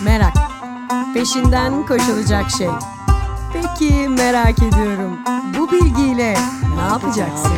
Merak. Peşinden koşulacak şey. Peki merak ediyorum. Bu bilgiyle ne yapacaksın?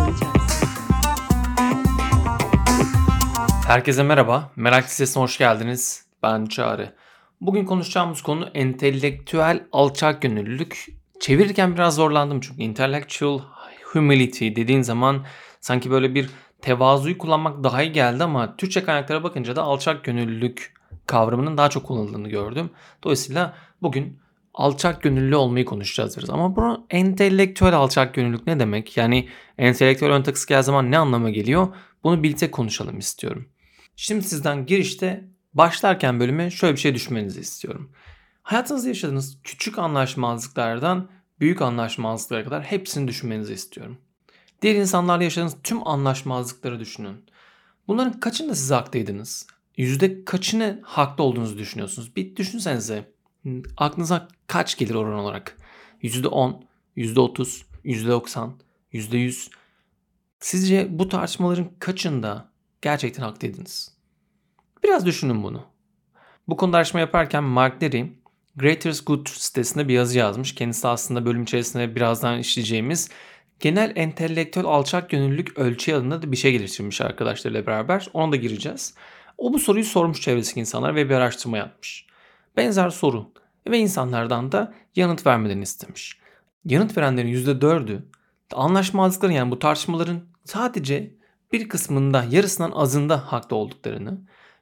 Herkese merhaba. Merak Listesi'ne hoş geldiniz. Ben Çağrı. Bugün konuşacağımız konu entelektüel alçakgönüllülük. Çevirirken biraz zorlandım çünkü intellectual humility dediğin zaman sanki böyle bir tevazuyu kullanmak daha iyi geldi ama Türkçe kaynaklara bakınca da alçakgönüllülük kavramının daha çok kullanıldığını gördüm. Dolayısıyla bugün alçakgönüllü olmayı konuşacağız biraz. Ama bu entelektüel alçakgönüllülük ne demek? Yani entelektüel ön takısı geldiği zaman ne anlama geliyor? Bunu birlikte konuşalım istiyorum. Şimdi sizden girişte başlarken bölüme şöyle bir şey düşünmenizi istiyorum. Hayatınızda yaşadığınız küçük anlaşmazlıklardan büyük anlaşmazlıklara kadar hepsini düşünmenizi istiyorum. Diğer insanlarla yaşadığınız tüm anlaşmazlıkları düşünün. Bunların kaçında siz haklıydınız? Yüzde kaçını haklı olduğunuzu düşünüyorsunuz? Bir düşünsenize. Aklınıza kaç gelir oran olarak? %10, %30, %90, %100. Sizce bu tartışmaların kaçında gerçekten haklıydınız? Biraz düşünün bunu. Bu konuda araştırma yaparken Mark Leary, Greater Good sitesinde bir yazı yazmış. Kendisi aslında bölüm içerisinde birazdan işleyeceğimiz genel entelektüel alçakgönüllülük ölçeği adında da bir şey geliştirmiş arkadaşlarıyla beraber. Ona da gireceğiz. O bu soruyu sormuş çevresindeki insanlar ve bir araştırma yapmış. Benzer soru ve insanlardan da yanıt vermelerini istemiş. Yanıt verenlerin %4'ü anlaşmazlıkların yani bu tartışmaların sadece bir kısmında yarısından azında haklı olduklarını,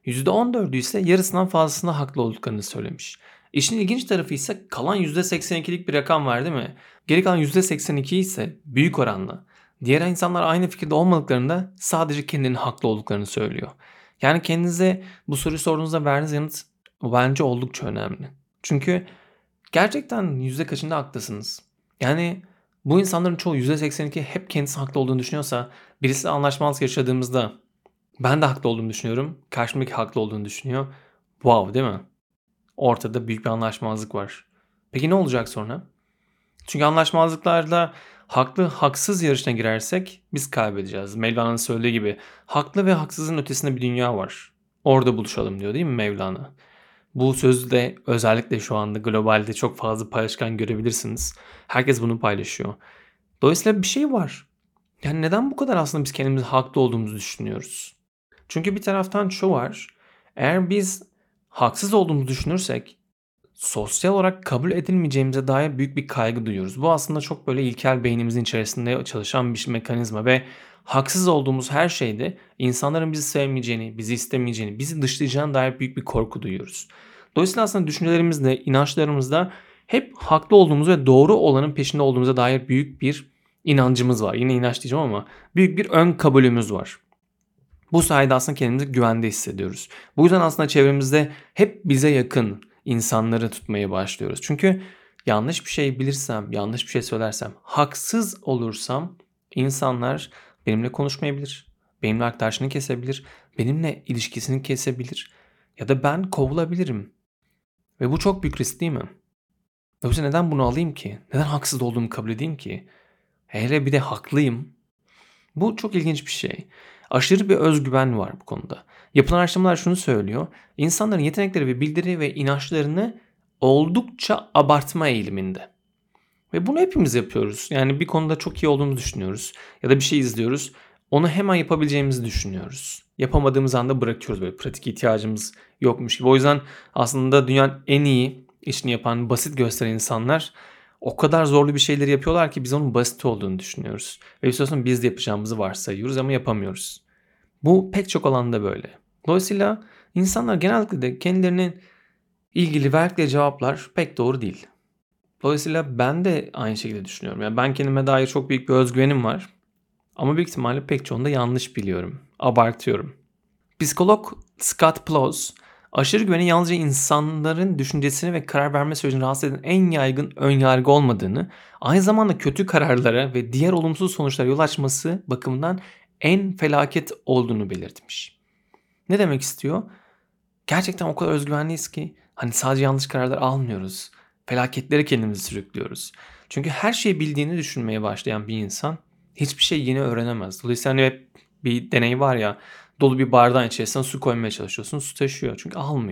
%14'ü ise yarısından fazlasında haklı olduklarını söylemiş. İşin ilginç tarafı ise kalan %82'lik bir rakam var değil mi? Geri kalan %82 ise büyük oranla diğer insanlar aynı fikirde olmadıklarında sadece kendinin haklı olduklarını söylüyor. Yani kendinize bu soruyu sorduğunuzda verdiğiniz yanıt bence oldukça önemli. Çünkü gerçekten yüzde kaçında haklısınız? Yani bu insanların çoğu %82 hep kendisi haklı olduğunu düşünüyorsa birisi anlaşmazlık yaşadığımızda ben de haklı olduğumu düşünüyorum. Karşımdaki haklı olduğunu düşünüyor. Wow değil mi? Ortada büyük bir anlaşmazlık var. Peki ne olacak sonra? Çünkü anlaşmazlıklarla haklı haksız yarışına girersek biz kaybedeceğiz. Mevlana'nın söylediği gibi haklı ve haksızın ötesinde bir dünya var. Orada buluşalım diyor değil mi Mevlana? Bu sözü de özellikle şu anda globalde çok fazla paylaşkan görebilirsiniz. Herkes bunu paylaşıyor. Dolayısıyla bir şey var. Yani neden bu kadar aslında biz kendimiz haklı olduğumuzu düşünüyoruz? Çünkü bir taraftan şu var. Eğer biz haksız olduğumuzu düşünürsek sosyal olarak kabul edilmeyeceğimize dair büyük bir kaygı duyuyoruz. Bu aslında çok böyle ilkel beynimizin içerisinde çalışan bir mekanizma ve haksız olduğumuz her şeyde insanların bizi sevmeyeceğini, bizi istemeyeceğini, bizi dışlayacağına dair büyük bir korku duyuyoruz. Dolayısıyla aslında düşüncelerimizde, inançlarımızda hep haklı olduğumuz ve doğru olanın peşinde olduğumuza dair büyük bir inancımız var. Yine inanç diyeceğim ama büyük bir ön kabulümüz var. Bu sayede aslında kendimizi güvende hissediyoruz. Bu yüzden aslında çevremizde hep bize yakın insanları tutmaya başlıyoruz. Çünkü yanlış bir şey bilirsem, yanlış bir şey söylersem, haksız olursam insanlar benimle konuşmayabilir. Benimle arkadaşlığını kesebilir. Benimle ilişkisini kesebilir. Ya da ben kovulabilirim. Ve bu çok büyük risk değil mi? Yoksa neden bunu alayım ki? Neden haksız olduğumu kabul edeyim ki? Hele bir de haklıyım. Bu çok ilginç bir şey. Aşırı bir özgüven var bu konuda. Yapılan araştırmalar şunu söylüyor. İnsanların yetenekleri ve bildiri ve inançlarını oldukça abartma eğiliminde. Ve bunu hepimiz yapıyoruz. Yani bir konuda çok iyi olduğumuzu düşünüyoruz. Ya da bir şey izliyoruz. Onu hemen yapabileceğimizi düşünüyoruz. Yapamadığımız anda bırakıyoruz böyle pratik ihtiyacımız yokmuş gibi. O yüzden aslında dünyanın en iyi işini yapan, basit gösteren insanlar o kadar zorlu bir şeyleri yapıyorlar ki biz onun basit olduğunu düşünüyoruz. Ve bir biz de yapacağımızı varsayıyoruz ama yapamıyoruz. Bu pek çok alanda böyle. Dolayısıyla insanlar genellikle de kendilerinin ilgili verdikleri cevaplar pek doğru değil. Dolayısıyla ben de aynı şekilde düşünüyorum. Yani ben kendime dair çok büyük bir özgüvenim var. Ama büyük ihtimalle pek çoğunu da yanlış biliyorum. Abartıyorum. Psikolog Scott Plous, aşırı güvenin yalnızca insanların düşüncesini ve karar verme sürecini rahatsız eden en yaygın önyargı olmadığını, aynı zamanda kötü kararlara ve diğer olumsuz sonuçlara yol açması bakımından en felaket olduğunu belirtmiş. Ne demek istiyor? Gerçekten o kadar özgüvenliyiz ki hani sadece yanlış kararlar almıyoruz. Felaketleri kendimizi sürüklüyoruz. Çünkü her şeyi bildiğini düşünmeye başlayan bir insan hiçbir şey yeni öğrenemez. Dolayısıyla hani hep bir deney var ya, dolu bir bardağın içerisine su koymaya çalışıyorsun, su taşıyor çünkü almıyor.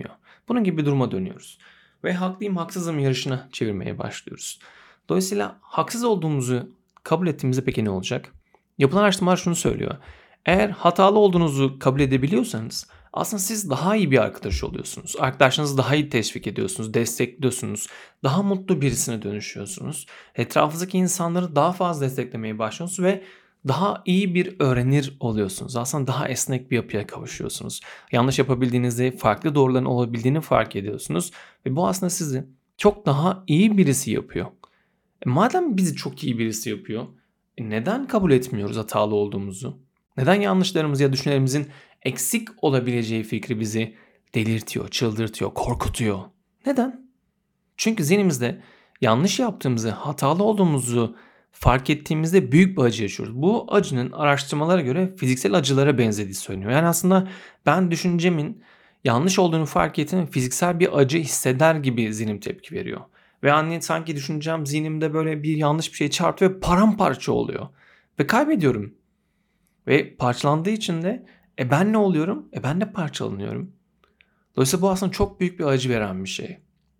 Bunun gibi bir duruma dönüyoruz. Ve haklıyım haksızım yarışına çevirmeye başlıyoruz. Dolayısıyla haksız olduğumuzu kabul ettiğimizde peki ne olacak? Yapılan araştırmalar şunu söylüyor. Eğer hatalı olduğunuzu kabul edebiliyorsanız aslında siz daha iyi bir arkadaş oluyorsunuz. Arkadaşlarınızı daha iyi teşvik ediyorsunuz, destekliyorsunuz. Daha mutlu birisine dönüşüyorsunuz. Etrafınızdaki insanları daha fazla desteklemeye başlıyorsunuz ve daha iyi bir öğrenir oluyorsunuz. Aslında daha esnek bir yapıya kavuşuyorsunuz. Yanlış yapabildiğinizde farklı doğruların olabildiğini fark ediyorsunuz. Ve bu aslında sizi çok daha iyi birisi yapıyor. Madem bizi çok iyi birisi yapıyor, neden kabul etmiyoruz hatalı olduğumuzu? Neden yanlışlarımız ya düşüncelerimizin eksik olabileceği fikri bizi delirtiyor, çıldırtıyor, korkutuyor? Neden? Çünkü zihnimizde yanlış yaptığımızı, hatalı olduğumuzu fark ettiğimizde büyük bir acı yaşıyoruz. Bu acının araştırmalara göre fiziksel acılara benzediği söyleniyor. Yani aslında ben düşüncemin yanlış olduğunu fark ettiğim fiziksel bir acı hisseder gibi zihnim tepki veriyor. Ve anne sanki düşüncem zihnimde böyle bir yanlış bir şey çarptı ve paramparça oluyor. Ve kaybediyorum. Ve parçalandığı için de ben ne oluyorum? Ben de parçalanıyorum. Dolayısıyla bu aslında çok büyük bir acı veren bir şey.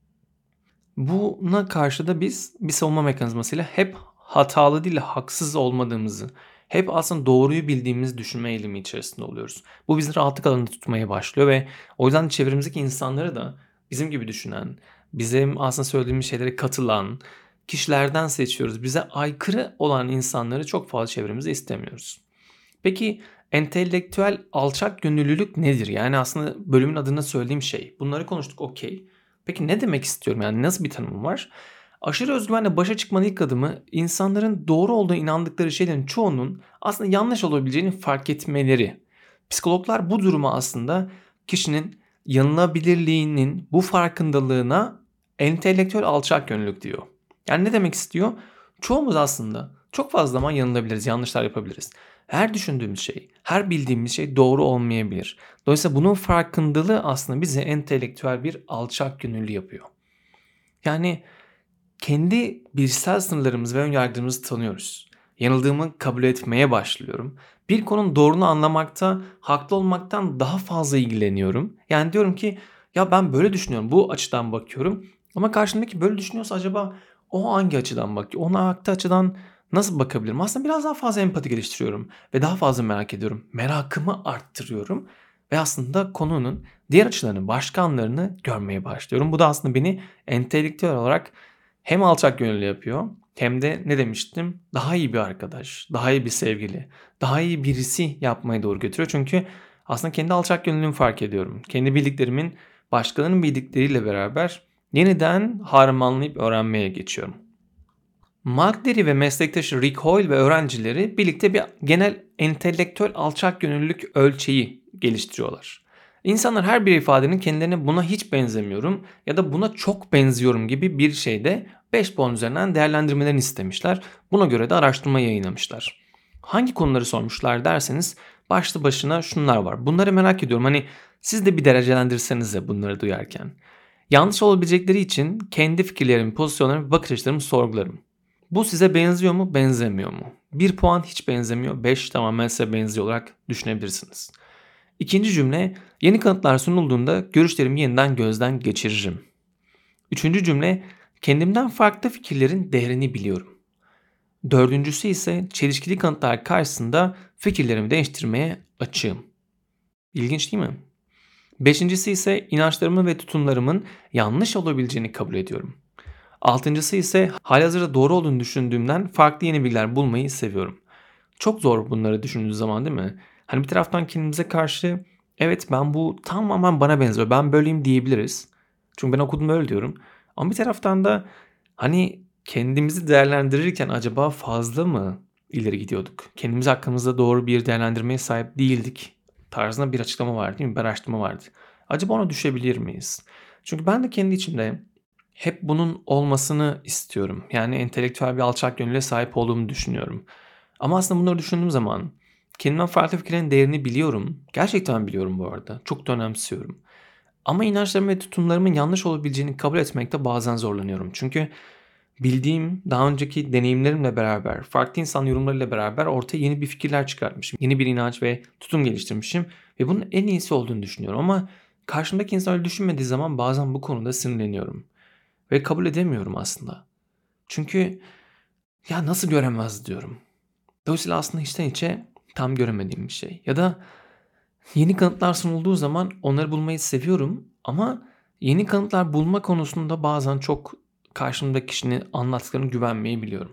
Buna karşı da biz bir savunma mekanizmasıyla hep hatalı değil de haksız olmadığımızı, hep aslında doğruyu bildiğimiz düşünme eğilimi içerisinde oluyoruz. Bu bizi rahatlık alanında tutmaya başlıyor ve o yüzden çevremizdeki insanları da bizim gibi düşünen, bizim aslında söylediğimiz şeylere katılan kişilerden seçiyoruz. Bize aykırı olan insanları çok fazla çevremizde istemiyoruz. Peki entelektüel alçak gönüllülük nedir? Yani aslında bölümün adına söylediğim şey. Bunları konuştuk, okey. Peki ne demek istiyorum? Yani nasıl bir tanımım var? Aşırı özgüvenle başa çıkmanın ilk adımı insanların doğru olduğuna inandıkları şeylerin çoğunun aslında yanlış olabileceğini fark etmeleri. Psikologlar bu duruma aslında kişinin yanılabilirliğinin bu farkındalığına entelektüel alçak gönüllülük diyor. Yani ne demek istiyor? Çoğumuz aslında çok fazla zaman yanılabiliriz, yanlışlar yapabiliriz. Her düşündüğümüz şey, her bildiğimiz şey doğru olmayabilir. Dolayısıyla bunun farkındalığı aslında bizi entelektüel bir alçak gönüllü yapıyor. Yani kendi bilişsel sınırlarımızı ve önyargılarımızı tanıyoruz. Yanıldığımı kabul etmeye başlıyorum. Bir konunun doğruluğunu anlamakta, haklı olmaktan daha fazla ilgileniyorum. Yani diyorum ki ya ben böyle düşünüyorum, bu açıdan bakıyorum. Ama karşımdaki böyle düşünüyorsa acaba o hangi açıdan bakıyor? Ona haklı açıdan nasıl bakabilirim? Aslında biraz daha fazla empati geliştiriyorum ve daha fazla merak ediyorum. Merakımı arttırıyorum ve aslında konunun diğer açılarını, başka anlarını görmeye başlıyorum. Bu da aslında beni entelektüel olarak hem alçak gönüllü yapıyor hem de ne demiştim? Daha iyi bir arkadaş, daha iyi bir sevgili, daha iyi birisi yapmaya doğru götürüyor. Çünkü aslında kendi alçak gönüllülüğümü fark ediyorum. Kendi bildiklerimin başkalarının bildikleriyle beraber yeniden harmanlayıp öğrenmeye geçiyorum. Mark Dery ve meslektaşı Rick Hoyle ve öğrencileri birlikte bir genel entelektüel alçak gönüllülük ölçeği geliştiriyorlar. İnsanlar her bir ifadenin kendilerine buna hiç benzemiyorum ya da buna çok benziyorum gibi bir şeyde 5 puan üzerinden değerlendirmelerini istemişler. Buna göre de araştırma yayınlamışlar. Hangi konuları sormuşlar derseniz başlı başına şunlar var. Bunları merak ediyorum. Hani siz de bir derecelendirseniz bunları duyarken. Yanlış olabilecekleri için kendi fikirlerimi, pozisyonlarımı, bakış açılarımı sorgularım. Bu size benziyor mu, benzemiyor mu? 1 puan hiç benzemiyor, 5 tamamen size benziyor olarak düşünebilirsiniz. İkinci cümle, yeni kanıtlar sunulduğunda görüşlerimi yeniden gözden geçiririm. Üçüncü cümle, kendimden farklı fikirlerin değerini biliyorum. Dördüncüsü ise çelişkili kanıtlar karşısında fikirlerimi değiştirmeye açığım. İlginç değil mi? Beşincisi ise inançlarımın ve tutumlarımın yanlış olabileceğini kabul ediyorum. Altıncısı ise halihazırda doğru olduğunu düşündüğümden farklı yeni bilgiler bulmayı seviyorum. Çok zor bunları düşündüğünüz zaman değil mi? Hani bir taraftan kendimize karşı evet ben bu tamamen bana benziyor, ben böyleyim diyebiliriz. Çünkü ben okudum öyle diyorum. Ama bir taraftan da hani kendimizi değerlendirirken acaba fazla mı ileri gidiyorduk? Kendimiz hakkımızda doğru bir değerlendirmeye sahip değildik tarzında bir açıklama vardı değil mi? Bir araştırma vardı. Acaba ona düşebilir miyiz? Çünkü ben de kendi içimde hep bunun olmasını istiyorum. Yani entelektüel bir alçak gönülle sahip olduğumu düşünüyorum. Ama aslında bunları düşündüğüm zaman kendimden farklı fikirlerin değerini biliyorum. Gerçekten biliyorum bu arada. Çok da önemsiyorum. Ama inançlarım ve tutumlarımın yanlış olabileceğini kabul etmekte bazen zorlanıyorum. Çünkü bildiğim daha önceki deneyimlerimle beraber, farklı insan yorumlarıyla beraber ortaya yeni bir fikirler çıkartmışım. Yeni bir inanç ve tutum geliştirmişim ve bunun en iyisi olduğunu düşünüyorum. Ama karşımdaki insan öyle düşünmediği zaman bazen bu konuda sinirleniyorum. Ve kabul edemiyorum aslında. Çünkü ya nasıl göremez diyorum. Dolayısıyla aslında içten içe tam göremediğim bir şey. Ya da yeni kanıtlar sunulduğu zaman onları bulmayı seviyorum ama yeni kanıtlar bulma konusunda bazen çok karşımdaki kişinin anlattıklarına güvenmeyebiliyorum.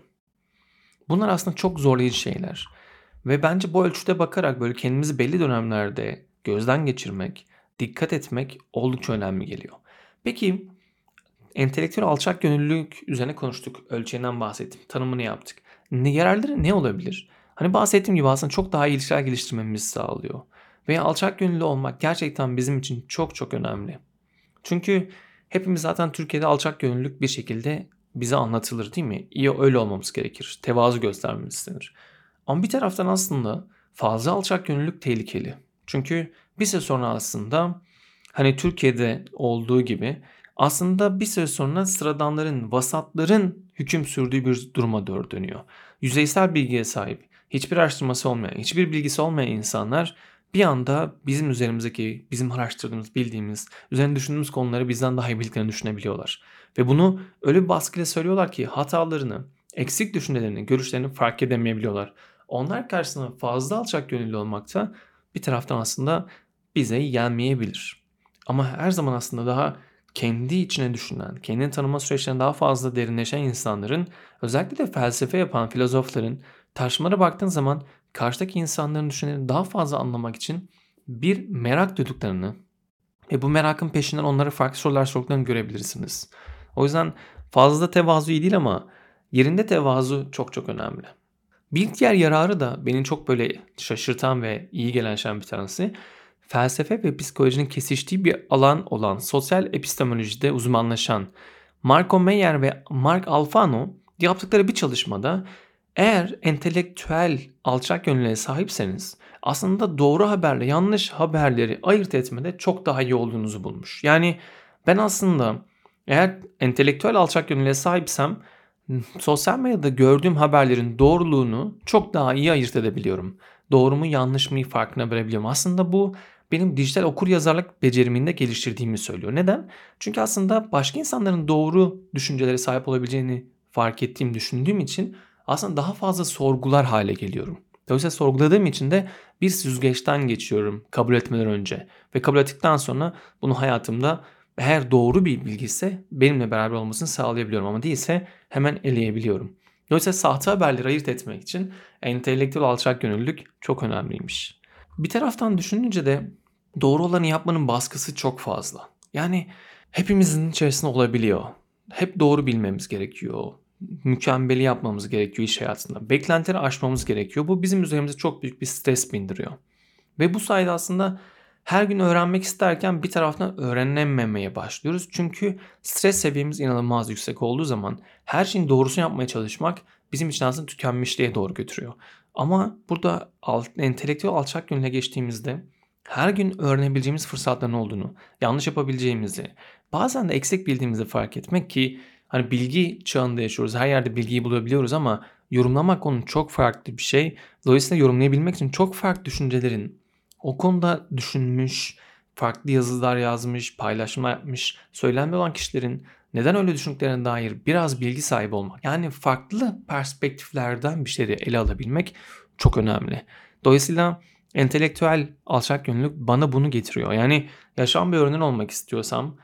Bunlar aslında çok zorlayıcı şeyler. Ve bence bu ölçüde bakarak böyle kendimizi belli dönemlerde gözden geçirmek, dikkat etmek oldukça önemli geliyor. Peki entelektüel alçak gönüllülük üzerine konuştuk. Ölçeğinden bahsettim. Tanımını yaptık. Yararları ne olabilir? Hani bahsettiğim gibi aslında çok daha iyi ilişkiler geliştirmemizi sağlıyor. Ve alçak gönüllü olmak gerçekten bizim için çok çok önemli. Çünkü hepimiz zaten Türkiye'de alçak gönüllülük bir şekilde bize anlatılır değil mi? İyi öyle olmamız gerekir. Tevazu göstermemiz istenir. Ama bir taraftan aslında fazla alçak gönüllülük tehlikeli. Çünkü bir süre sonra aslında hani Türkiye'de olduğu gibi aslında bir süre sonra sıradanların, vasatların hüküm sürdüğü bir duruma doğru dönüyor. Yüzeysel bilgiye sahip, hiçbir araştırması olmayan, hiçbir bilgisi olmayan insanlar bir anda bizim üzerimizdeki, bizim araştırdığımız, bildiğimiz, üzerine düşündüğümüz konuları bizden daha iyi bildiklerini düşünebiliyorlar. Ve bunu öyle bir baskıyla söylüyorlar ki hatalarını, eksik düşüncelerini, görüşlerini fark edemeyebiliyorlar. Onlar karşısında fazla alçak gönüllü olmakta bir taraftan aslında bize yenmeyebilir. Ama her zaman aslında daha kendi içine düşünen, kendini tanıma süreçlerine daha fazla derinleşen insanların, özellikle de felsefe yapan filozofların tartışmalara baktığın zaman karşıdaki insanların düşüncelerini daha fazla anlamak için bir merak duyduklarını ve bu merakın peşinden onlara farklı sorular sorduklarını görebilirsiniz. O yüzden fazla tevazu iyi değil ama yerinde tevazu çok çok önemli. Bir diğer yararı da beni çok böyle şaşırtan ve iyi gelen şeyden bir tanesi, felsefe ve psikolojinin kesiştiği bir alan olan sosyal epistemolojide uzmanlaşan Marco Meyer ve Mark Alfano yaptıkları bir çalışmada eğer entelektüel alçak gönüllüye sahipseniz aslında doğru haberle yanlış haberleri ayırt etmede çok daha iyi olduğunuzu bulmuş. Yani ben aslında eğer entelektüel alçak gönüllüye sahipsem sosyal medyada gördüğüm haberlerin doğruluğunu çok daha iyi ayırt edebiliyorum. Doğru mu yanlış mı farkına varabiliyorum. Aslında bu benim dijital okuryazarlık becerimini de geliştirdiğimi söylüyor. Neden? Çünkü aslında başka insanların doğru düşüncelere sahip olabileceğini fark ettiğim, düşündüğüm için aslında daha fazla sorgular hale geliyorum. Dolayısıyla sorguladığım için de bir süzgeçten geçiyorum kabul etmeden önce. Ve kabul ettikten sonra bunu hayatımda eğer doğru bir bilgi ise benimle beraber olmasını sağlayabiliyorum ama değilse hemen eleyebiliyorum. Dolayısıyla sahte haberleri ayırt etmek için entelektüel alçak gönüllülük çok önemliymiş. Bir taraftan düşününce de doğru olanı yapmanın baskısı çok fazla. Yani hepimizin içerisinde olabiliyor. Hep doğru bilmemiz gerekiyor. Mükemmeli yapmamız gerekiyor iş hayatında. Beklentileri aşmamız gerekiyor. Bu bizim üzerimize çok büyük bir stres bindiriyor. Ve bu sayede aslında her gün öğrenmek isterken bir taraftan öğrenememeye başlıyoruz. Çünkü stres seviyemiz inanılmaz yüksek olduğu zaman her şeyin doğrusunu yapmaya çalışmak bizim için aslında tükenmişliğe doğru götürüyor. Ama burada entelektüel alçak yönüne geçtiğimizde her gün öğrenebileceğimiz fırsatların olduğunu, yanlış yapabileceğimizi, bazen de eksik bildiğimizi fark etmek ki hani bilgi çağında yaşıyoruz. Her yerde bilgiyi bulabiliyoruz ama yorumlamak onun çok farklı bir şey. Dolayısıyla yorumlayabilmek için çok farklı düşüncelerin, o konuda düşünmüş, farklı yazılar yazmış, paylaşımlar yapmış, söylemde olan kişilerin neden öyle düşündüklerine dair biraz bilgi sahibi olmak, yani farklı perspektiflerden bir şeyleri ele alabilmek çok önemli. Dolayısıyla entelektüel alçak gönüllülük bana bunu getiriyor. Yani yaşam bir örneğin olmak istiyorsam,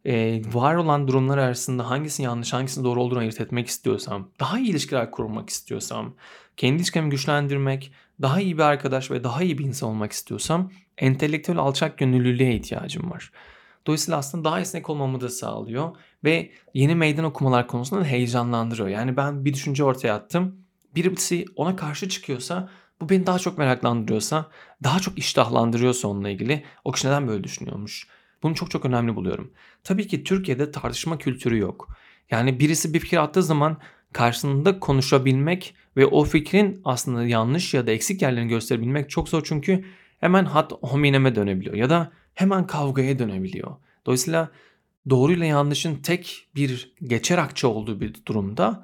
var olan durumlar arasında hangisinin yanlış, hangisinin doğru olduğunu ayırt etmek istiyorsam, daha iyi ilişkiler kurmak istiyorsam, kendi ilişkimi güçlendirmek, daha iyi bir arkadaş ve daha iyi bir insan olmak istiyorsam entelektüel alçak gönüllülüğe ihtiyacım var. Dolayısıyla aslında daha esnek olmamı da sağlıyor ve yeni meydan okumalar konusunda da heyecanlandırıyor. Yani ben bir düşünce ortaya attım. Birisi ona karşı çıkıyorsa, bu beni daha çok meraklandırıyorsa, daha çok iştahlandırıyorsa onunla ilgili o kişi neden böyle düşünüyormuş? Bunu çok çok önemli buluyorum. Tabii ki Türkiye'de tartışma kültürü yok. Yani birisi bir fikir attığı zaman karşısında konuşabilmek ve o fikrin aslında yanlış ya da eksik yerlerini gösterebilmek çok zor çünkü hemen hat homineme dönebiliyor ya da hemen kavgaya dönebiliyor. Dolayısıyla doğruyla yanlışın tek bir geçer akçe olduğu bir durumda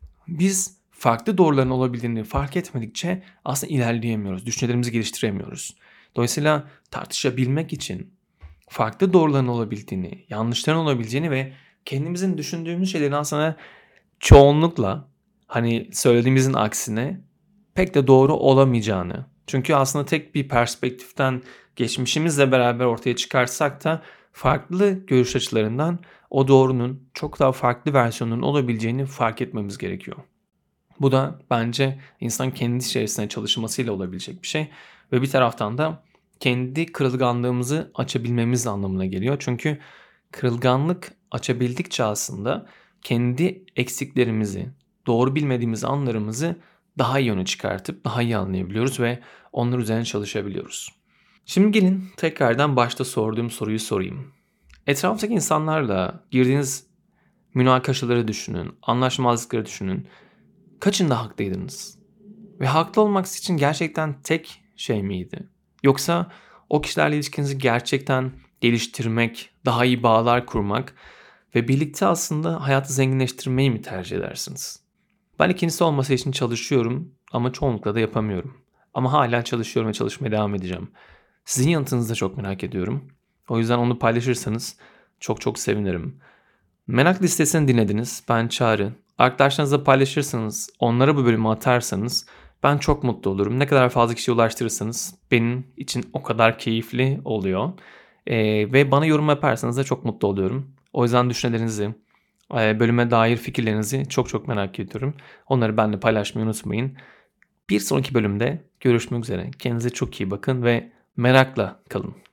biz farklı doğruların olabildiğini fark etmedikçe aslında ilerleyemiyoruz, düşüncelerimizi geliştiremiyoruz. Dolayısıyla tartışabilmek için farklı doğruların olabildiğini, yanlışların olabileceğini ve kendimizin düşündüğümüz şeylerin aslında çoğunlukla hani söylediğimizin aksine pek de doğru olamayacağını. Çünkü aslında tek bir perspektiften geçmişimizle beraber ortaya çıkarsak da farklı görüş açılarından o doğrunun çok daha farklı versiyonunun olabileceğini fark etmemiz gerekiyor. Bu da bence insan kendi içerisine çalışmasıyla olabilecek bir şey ve bir taraftan da kendi kırılganlığımızı açabilmemiz anlamına geliyor. Çünkü kırılganlık açabildikçe aslında kendi eksiklerimizi, doğru bilmediğimiz anlarımızı daha iyi öne çıkartıp daha iyi anlayabiliyoruz ve onlar üzerine çalışabiliyoruz. Şimdi gelin tekrardan başta sorduğum soruyu sorayım. Etraftaki insanlarla girdiğiniz münakaşaları düşünün, anlaşmazlıkları düşünün. Kaçında haklıydınız? Ve haklı olmak için gerçekten tek şey miydi? Yoksa o kişilerle ilişkinizi gerçekten geliştirmek, daha iyi bağlar kurmak ve birlikte aslında hayatı zenginleştirmeyi mi tercih edersiniz? Ben ikincisi olması için çalışıyorum ama çoğunlukla da yapamıyorum. Ama hala çalışıyorum ve çalışmaya devam edeceğim. Sizin yanıtınızı da çok merak ediyorum. O yüzden onu paylaşırsanız çok çok sevinirim. Merak listesini dinlediniz. Ben Çağrı. Arkadaşlarınızla paylaşırsanız, onlara bu bölümü atarsanız ben çok mutlu olurum. Ne kadar fazla kişiye ulaştırırsanız benim için o kadar keyifli oluyor. Ve bana yorum yaparsanız da çok mutlu oluyorum. O yüzden düşüncelerinizi, bölüme dair fikirlerinizi çok çok merak ediyorum. Onları benimle paylaşmayı unutmayın. Bir sonraki bölümde görüşmek üzere. Kendinize çok iyi bakın ve merakla kalın.